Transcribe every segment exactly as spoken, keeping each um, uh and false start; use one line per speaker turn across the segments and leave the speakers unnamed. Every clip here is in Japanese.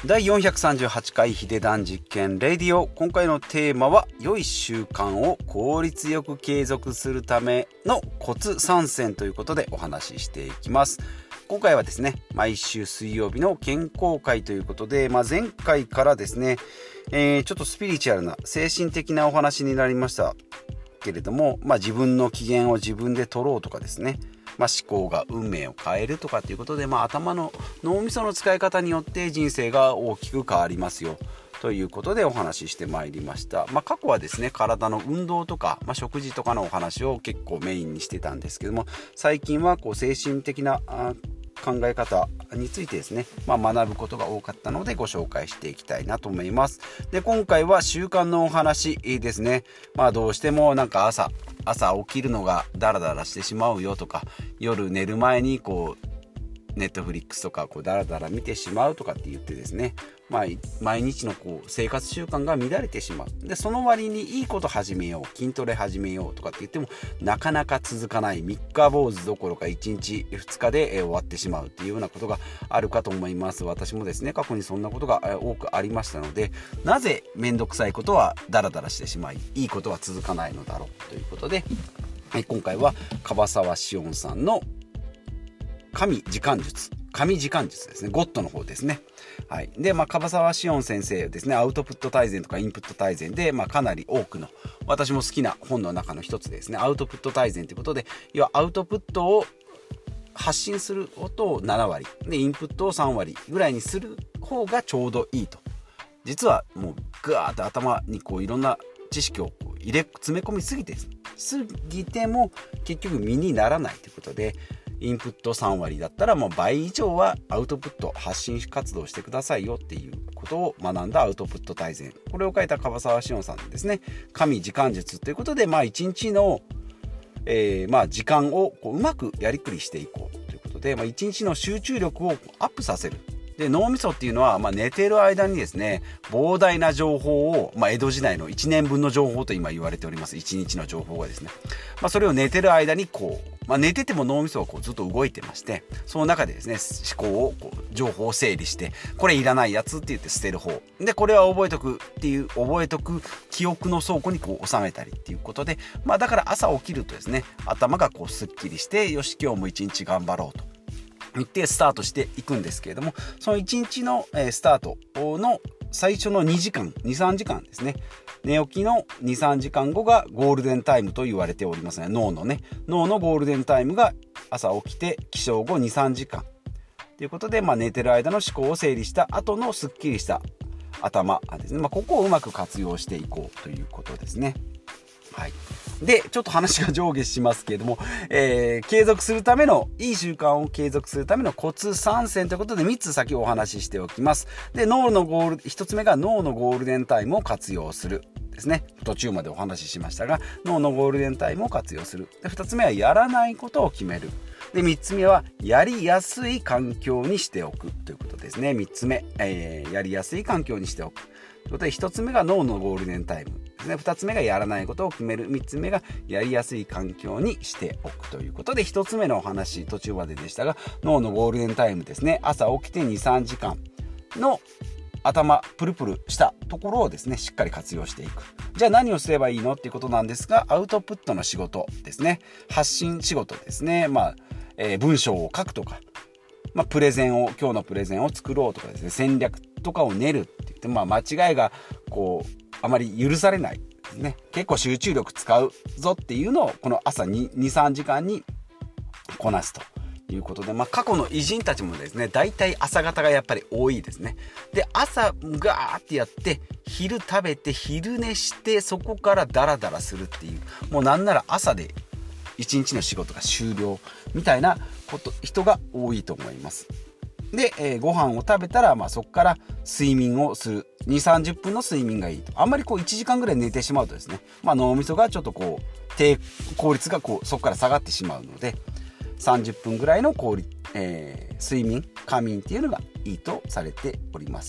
だいよんひゃくさんじゅうはちかいヒデダン実験レディオ。今回のテーマは良い習慣を効率よく継続するためのコツさん選ということでお話ししていきます。今回はですね、毎週水曜日の健康会ということで、まあ、前回からですね、えー、ちょっとスピリチュアルな精神的なお話になりましたけれども、まあ、自分の機嫌を自分で取ろうとかですね、まあ、思考が運命を変えるとかっていうことで、まあ、頭の脳みその使い方によって人生が大きく変わりますよということでお話ししてまいりました。まあ、過去はですね、体の運動とか、まあ、食事とかのお話を結構メインにしてたんですけども、最近はこう精神的な考え方についてですね、まあ、学ぶことが多かったのでご紹介していきたいなと思います。で、今回は習慣のお話ですね。まあ、どうしてもなんか朝朝起きるのがダラダラしてしまうよとか、夜寝る前にこうネットフリックスとかこうダラダラ見てしまうとかって言ってですね、まあ、毎日のこう生活習慣が乱れてしまう。で、その割にいいこと始めよう、筋トレ始めようとかって言ってもなかなか続かない、三日坊主どころかいちにちふつかで終わってしまうっていうようなことがあるかと思います。私もですね、過去にそんなことが多くありましたので、なぜめんどくさいことはダラダラしてしまい、いいことは続かないのだろうということで、今回は樺沢紫音さんの神時間術神時間術ですね、ゴッドの方ですね。はい。で、まあ、樺沢紫音先生ですね、アウトプット大全とかインプット大全で、まあ、かなり多くの、私も好きな本の中の一つですね、アウトプット大全ということで、要はアウトプットを発信する音をななわりで、インプットをさんわりぐらいにする方がちょうどいいと。実はもうガーッと頭にこういろんな知識をこう入れ詰め込みすぎてすぎても結局身にならないということで、インプットさんわりだったらもう倍以上はアウトプット発信活動してくださいよっていうことを学んだアウトプット大全、これを書いた樺沢紫音さんですね、神時間術ということで、まあ一日の、えー、まあ時間をこううまくやりくりしていこうということで、まあ、一日の集中力をアップさせる。で、脳みそっていうのは、まあ、寝てる間にですね、膨大な情報を、まあ、江戸時代のいちねんぶんの情報と今言われております。いちにちの情報がですね、まあ、それを寝てる間にこう、まあ、寝てても脳みそはこうずっと動いてまして、その中でですね、思考をこう情報を整理して、これいらないやつって言って捨てる方で、これは覚えとくっていう、覚えとく記憶の倉庫にこう収めたりっていうことで、まあ、だから朝起きるとですね、頭がこうすっきりして、よし今日も一日頑張ろうと言ってスタートしていくんですけれども、そのいちにちのスタートの最初のにじかん にさんじかんですね、寝起きの にさんじかんごがゴールデンタイムと言われておりますね。脳のね脳のゴールデンタイムが朝起きて起床後 にさんじかんということで、まあ、寝てる間の思考を整理した後のすっきりした頭ですね、まあ、ここをうまく活用していこうということですね。はい。で、ちょっと話が上下しますけれども、えー、継続するための、いい習慣を継続するためのコツさん選ということでみっつ先お話ししておきます。で、脳のゴール、ひとつめが脳のゴールデンタイムを活用する。ですね。途中までお話ししましたが、脳のゴールデンタイムを活用する。で、ふたつめはやらないことを決める。で、みっつめはやりやすい環境にしておくということですね。みっつめ、えー、やりやすい環境にしておく。ということで、ひとつめが脳のゴールデンタイムですね。ふたつめがやらないことを決める。みっつめがやりやすい環境にしておくということで、ひとつめのお話、途中まででしたが、脳のゴールデンタイムですね。朝起きて にさんじかんの頭プルプルしたところをですね、しっかり活用していく。じゃあ何をすればいいのっていうことなんですが、アウトプットの仕事ですね。発信仕事ですね。まあ、えー、文章を書くとか、まあ、プレゼンを今日のプレゼンを作ろうとかですね、戦略とかを練るって言って、まあ、間違いがこうあまり許されないですね。結構集中力使うぞっていうのをこの朝に、にさんじかんにこなすということで、まあ、過去の偉人たちもですね、大体朝方がやっぱり多いですね。で、朝ガーってやって昼食べて昼寝して、そこからダラダラするっていう、もうなんなら朝で一日の仕事が終了みたいなこと人が多いと思います。で、えー、ご飯を食べたら、まあ、そこから睡眠をする。にじゅうさんじゅっぷんの睡眠がいいと。あんまりこういちじかんぐらい寝てしまうとですね、まあ、脳みそがちょっとこう低効率がこうそこから下がってしまうので、さんじゅっぷんぐらいの効率、えー、睡眠仮眠っていうのがいいとされております。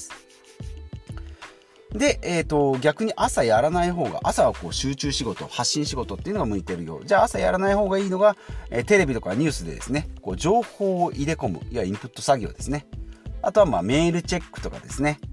で、えーと、逆に朝やらない方が、朝はこう集中仕事、発信仕事っていうのが向いてるよう。じゃあ朝やらない方がいいのが、えー、テレビとかニュースでですね、こう情報を入れ込む、いやインプット作業ですね。あとはまあメールチェックとかですね、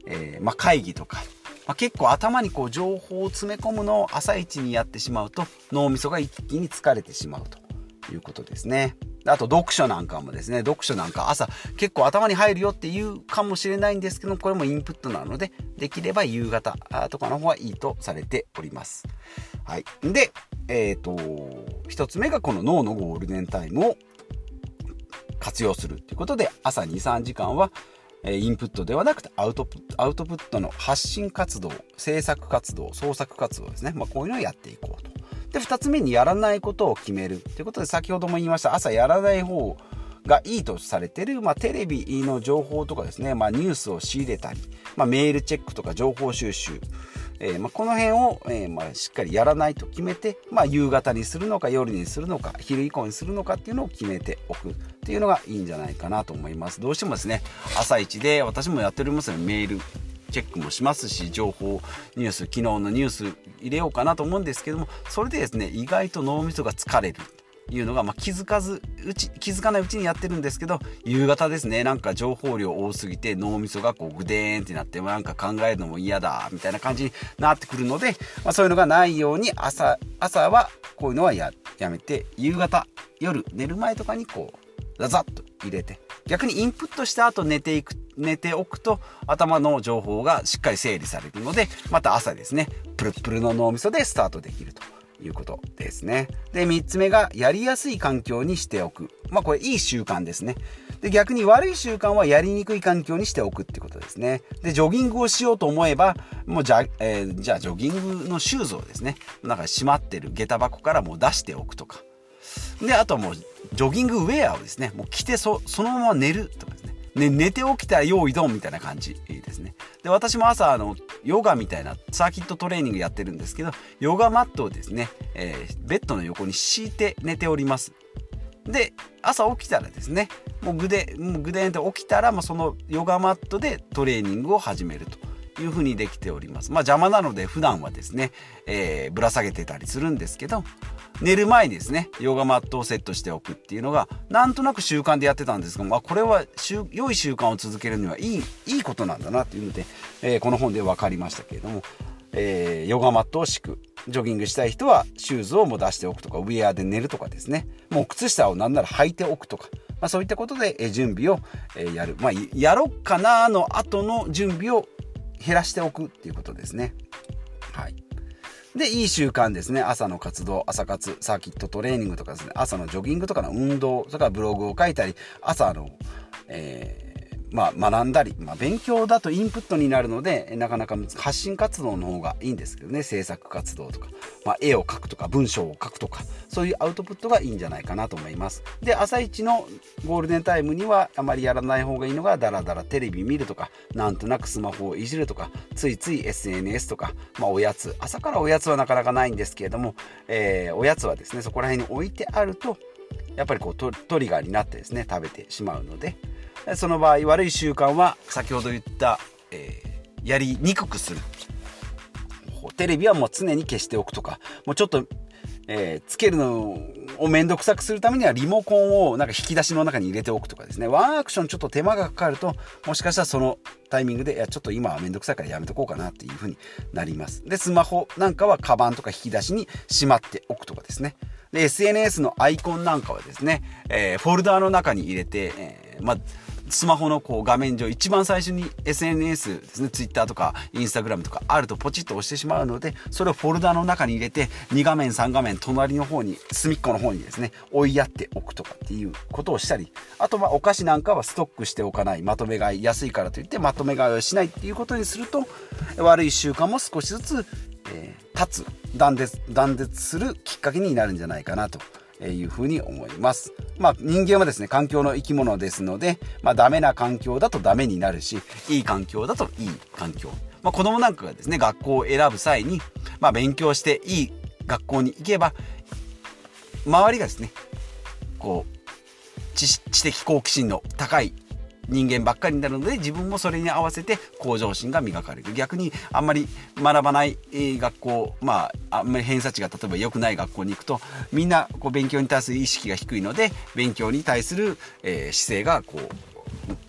えーまあ、会議とか、まあ、結構頭にこう情報を詰め込むのを朝一にやってしまうと脳みそが一気に疲れてしまうということですね。あと読書なんかもですね、読書なんか朝結構頭に入るよっていうかもしれないんですけど、これもインプットなのでできれば夕方とかの方がいいとされております。はい。で、えっと一つ目がこの脳のゴールデンタイムを活用するということで、朝 にさんじかんはインプットではなくてアウトプット、アウトプットの発信活動、制作活動、創作活動ですね。まあ、こういうのをやっていこうと。で、二つ目にやらないことを決めるということで、先ほども言いました朝やらない方がいいとされている、まあ、テレビの情報とかですね、まあ、ニュースを仕入れたり、まあ、メールチェックとか情報収集、えーまあ、この辺を、えーまあ、しっかりやらないと決めて、まあ、夕方にするのか夜にするのか昼以降にするのかっていうのを決めておくっていうのがいいんじゃないかなと思います。どうしてもですね、朝一で私もやっておりますよね、メールチェックもしますし、情報ニュース、昨日のニュース入れようかなと思うんですけども、それでですね意外と脳みそが疲れるというのが、まあ、気づかずうち気づかないうちにやってるんですけど、夕方ですね、なんか情報量多すぎて脳みそがこうグデーンってなって、なんか考えるのも嫌だみたいな感じになってくるので、まあ、そういうのがないように朝朝はこういうのは や, やめて、夕方夜寝る前とかにこうザザッと入れて、逆にインプットした後寝ていく寝ておくと頭の情報がしっかり整理されるので、また朝ですねプルプルの脳みそでスタートできるということですね。で、みっつめがやりやすい環境にしておく。まあこれいい習慣ですね。で、逆に悪い習慣はやりにくい環境にしておくってことですね。で、ジョギングをしようと思えばもうじゃ、えー、じゃあジョギングのシューズをですね、なんか閉まってる下駄箱からもう出しておくとか。で、あとはもうジョギングウェアをですねもう着て そ, そのまま寝るとかですね。ね、寝て起きたら用意ドンみたいな感じですね。で、私も朝あのヨガみたいなサーキットトレーニングやってるんですけど、ヨガマットをですね、えー、ベッドの横に敷いて寝ております。で、朝起きたらですね、もうぐでもうぐでんと起きたら、もうそのヨガマットでトレーニングを始めるというふうにできております。まあ邪魔なので普段はですね、えー、ぶら下げてたりするんですけど、寝る前にですねヨガマットをセットしておくっていうのがなんとなく習慣でやってたんですが、まあ、これは良い習慣を続けるにはいいいいことなんだなっていうので、えー、この本で分かりましたけれども、えー、ヨガマットを敷く、ジョギングしたい人はシューズをもう出しておくとか、ウェアで寝るとかですね、もう靴下をなんなら履いておくとか、まあ、そういったことで準備をやる、まあ、やろっかなの後の準備を減らしておくっていうことですね。はい。で、いい習慣ですね。朝の活動、朝活、サーキットトレーニングとかですね、朝のジョギングとかの運動、それからブログを書いたり、朝の、えーまあ、学んだり、まあ、勉強だとインプットになるのでなかなか発信活動の方がいいんですけどね、制作活動とか、まあ、絵を描くとか文章を書くとか、そういうアウトプットがいいんじゃないかなと思います。で、朝一のゴールデンタイムにはあまりやらない方がいいのが、だらだらテレビ見るとか、なんとなくスマホをいじるとか、ついつい エスエヌエス とか、まあ、おやつ、朝からおやつはなかなかないんですけれども、えー、おやつはですねそこら辺に置いてあるとやっぱりこう ト, トリガーになってですね食べてしまうので、その場合悪い習慣は先ほど言った、えー、やりにくくする。テレビはもう常に消しておくとか、もうちょっと、えー、つけるのをめんどくさくするためにはリモコンをなんか引き出しの中に入れておくとかですね、ワンアクションちょっと手間がかかると、もしかしたらそのタイミングでいやちょっと今はめんどくさいからやめとこうかなっていう風になります。で、スマホなんかはカバンとか引き出しにしまっておくとかですね。で エスエヌエス のアイコンなんかはですね、えー、フォルダーの中に入れて、えー、まあスマホのこう画面上一番最初に エスエヌエス ですね、 Twitter とか Instagram とかあるとポチッと押してしまうので、それをフォルダの中に入れてに画面さん画面隣の方に隅っこの方にですね追いやっておくとかっていうことをしたり、あとはお菓子なんかはストックしておかない、まとめ買い安いからといってまとめ買いをしないっていうことにすると、悪い習慣も少しずつ、えー、立つ断絶断絶するきっかけになるんじゃないかなというふうに思います。まあ人間はですね環境の生き物ですので、まあダメな環境だとダメになるし、いい環境だといい環境、まあ、子供なんかがですね学校を選ぶ際に、まあ、勉強していい学校に行けば周りがですねこう 知, 知的好奇心の高い人間ばっかりになるので、自分もそれに合わせて向上心が磨かれる。逆にあんまり学ばない学校、まああんまり偏差値が例えば良くない学校に行くと、みんなこう勉強に対する意識が低いので、勉強に対する、えー、姿勢がこう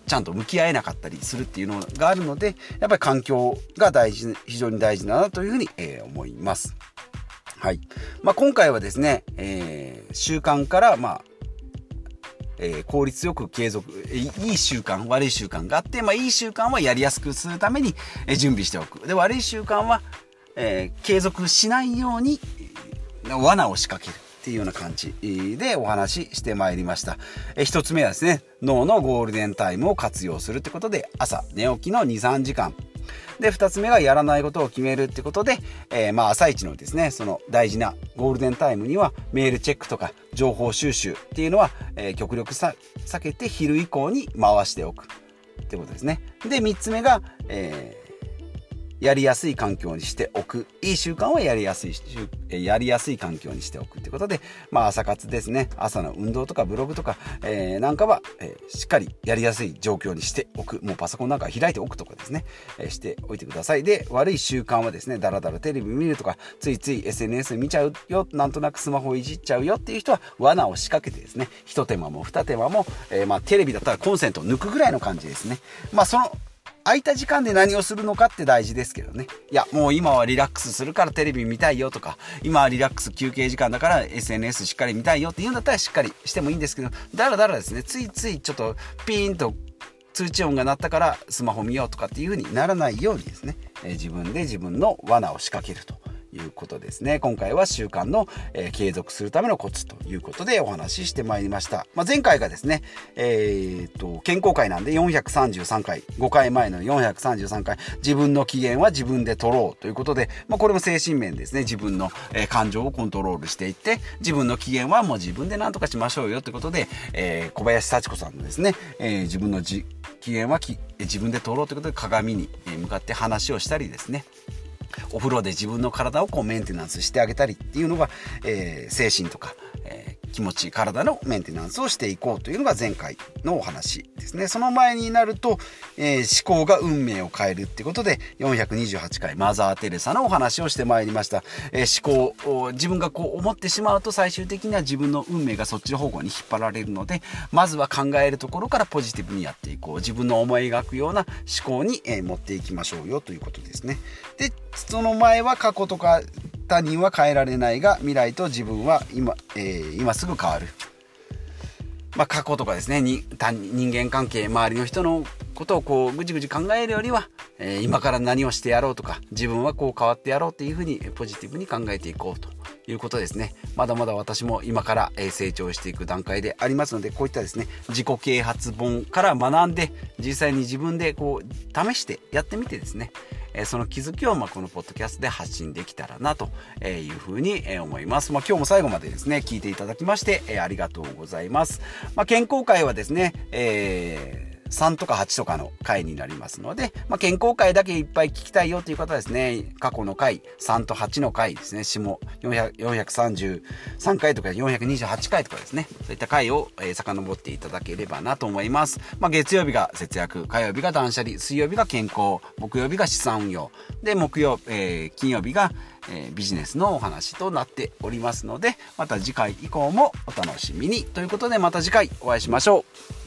ちゃんと向き合えなかったりするっていうのがあるので、やっぱり環境が大事、非常に大事だなというふうに、えー、思います。はい。まあ、今回はですね、えー、習慣から、まあ、えー、効率よく継続、いい習慣、悪い習慣があって、まあ、いい習慣はやりやすくするために、えー、準備しておく。で、悪い習慣は、えー、継続しないように、罠を仕掛けるっていうような感じでお話ししてまいりました。えー、一つ目はですね、脳のゴールデンタイムを活用するってことで、朝寝起きのに、さんじかん。で、二つ目がやらないことを決めるってことで、えー、まあ朝一のですね、その大事なゴールデンタイムにはメールチェックとか情報収集っていうのは、えー、極力さ避けて昼以降に回しておくってことですね。で、三つ目が、えーやりやすい環境にしておく。いい習慣はやりやすい、やりやすい環境にしておくということで、まあ朝活ですね。朝の運動とかブログとか、えー、なんかは、えー、しっかりやりやすい状況にしておく。もうパソコンなんか開いておくとかですね、えー、しておいてください。で、悪い習慣はですね、だらだらテレビ見るとか、ついつい エスエヌエス 見ちゃうよ、なんとなくスマホいじっちゃうよっていう人は、罠を仕掛けてですね、一手間も二手間も、えー、まあテレビだったらコンセントを抜くぐらいの感じですね。まあその、空いた時間で何をするのかって大事ですけどね。いや、もう今はリラックスするからテレビ見たいよとか、今はリラックス休憩時間だから エスエヌエス しっかり見たいよって言うんだったらしっかりしてもいいんですけど、だらだらですね、ついついちょっとピーンと通知音が鳴ったからスマホ見ようとかっていう風にならないようにですね、えー、自分で自分の罠を仕掛けるということですね。今回は習慣の、えー、継続するためのコツということでお話ししてまいりました。まあ、前回がですね、えー、と健康会なんでよんひゃくさんじゅうさんかい、ごかいまえのよんひゃくさんじゅうさんかい、自分の機嫌は自分で取ろうということで、まあ、これも精神面ですね。自分の、えー、感情をコントロールしていって、自分の機嫌はもう自分で何とかしましょうよということで、えー、小林幸子さんのですね、えー、自分のじ機嫌はき自分で取ろうということで鏡に向かって話をしたりですね、お風呂で自分の体をこうメンテナンスしてあげたりっていうのが、えー、精神とか、えー、気持ち、体のメンテナンスをしていこうというのが前回のお話ですね。その前になると、えー、思考が運命を変えるっていうことでよんひゃくにじゅうはちかいマザー・テレサのお話をしてまいりました。えー、思考を自分がこう思ってしまうと最終的には自分の運命がそっちの方向に引っ張られるので、まずは考えるところからポジティブにやっていこう。自分の思い描くような思考に、えー、持っていきましょうよということですね。で、その前は過去とか他人は変えられないが未来と自分は今、えー、今すぐ変わる。まあ、過去とかですね、に人間関係、周りの人のことをこうぐじぐじ考えるよりは、えー、今から何をしてやろうとか、自分はこう変わってやろうっていうふうにポジティブに考えていこうということですね。まだまだ私も今から成長していく段階でありますので、こういったですね、自己啓発本から学んで実際に自分でこう試してやってみてですね、その気づきをまあこのポッドキャストで発信できたらなというふうに思います。まあ、今日も最後までですね聞いていただきましてありがとうございます。まあ、健康会はですね、えーさんとかはちとかの回になりますので、まあ、健康回だけいっぱい聞きたいよという方はですね、過去の回さんとはちの回ですね、下よんひゃく、よんひゃくさんじゅうさんかいとかよんひゃくにじゅうはちかいとかですね、そういった回を、えー、遡っていただければなと思います。まあ、月曜日が節約、火曜日が断捨離、水曜日が健康、木曜日が資産運用で、木曜、えー、金曜日がえー、ビジネスのお話となっておりますので、また次回以降もお楽しみにということで、また次回お会いしましょう。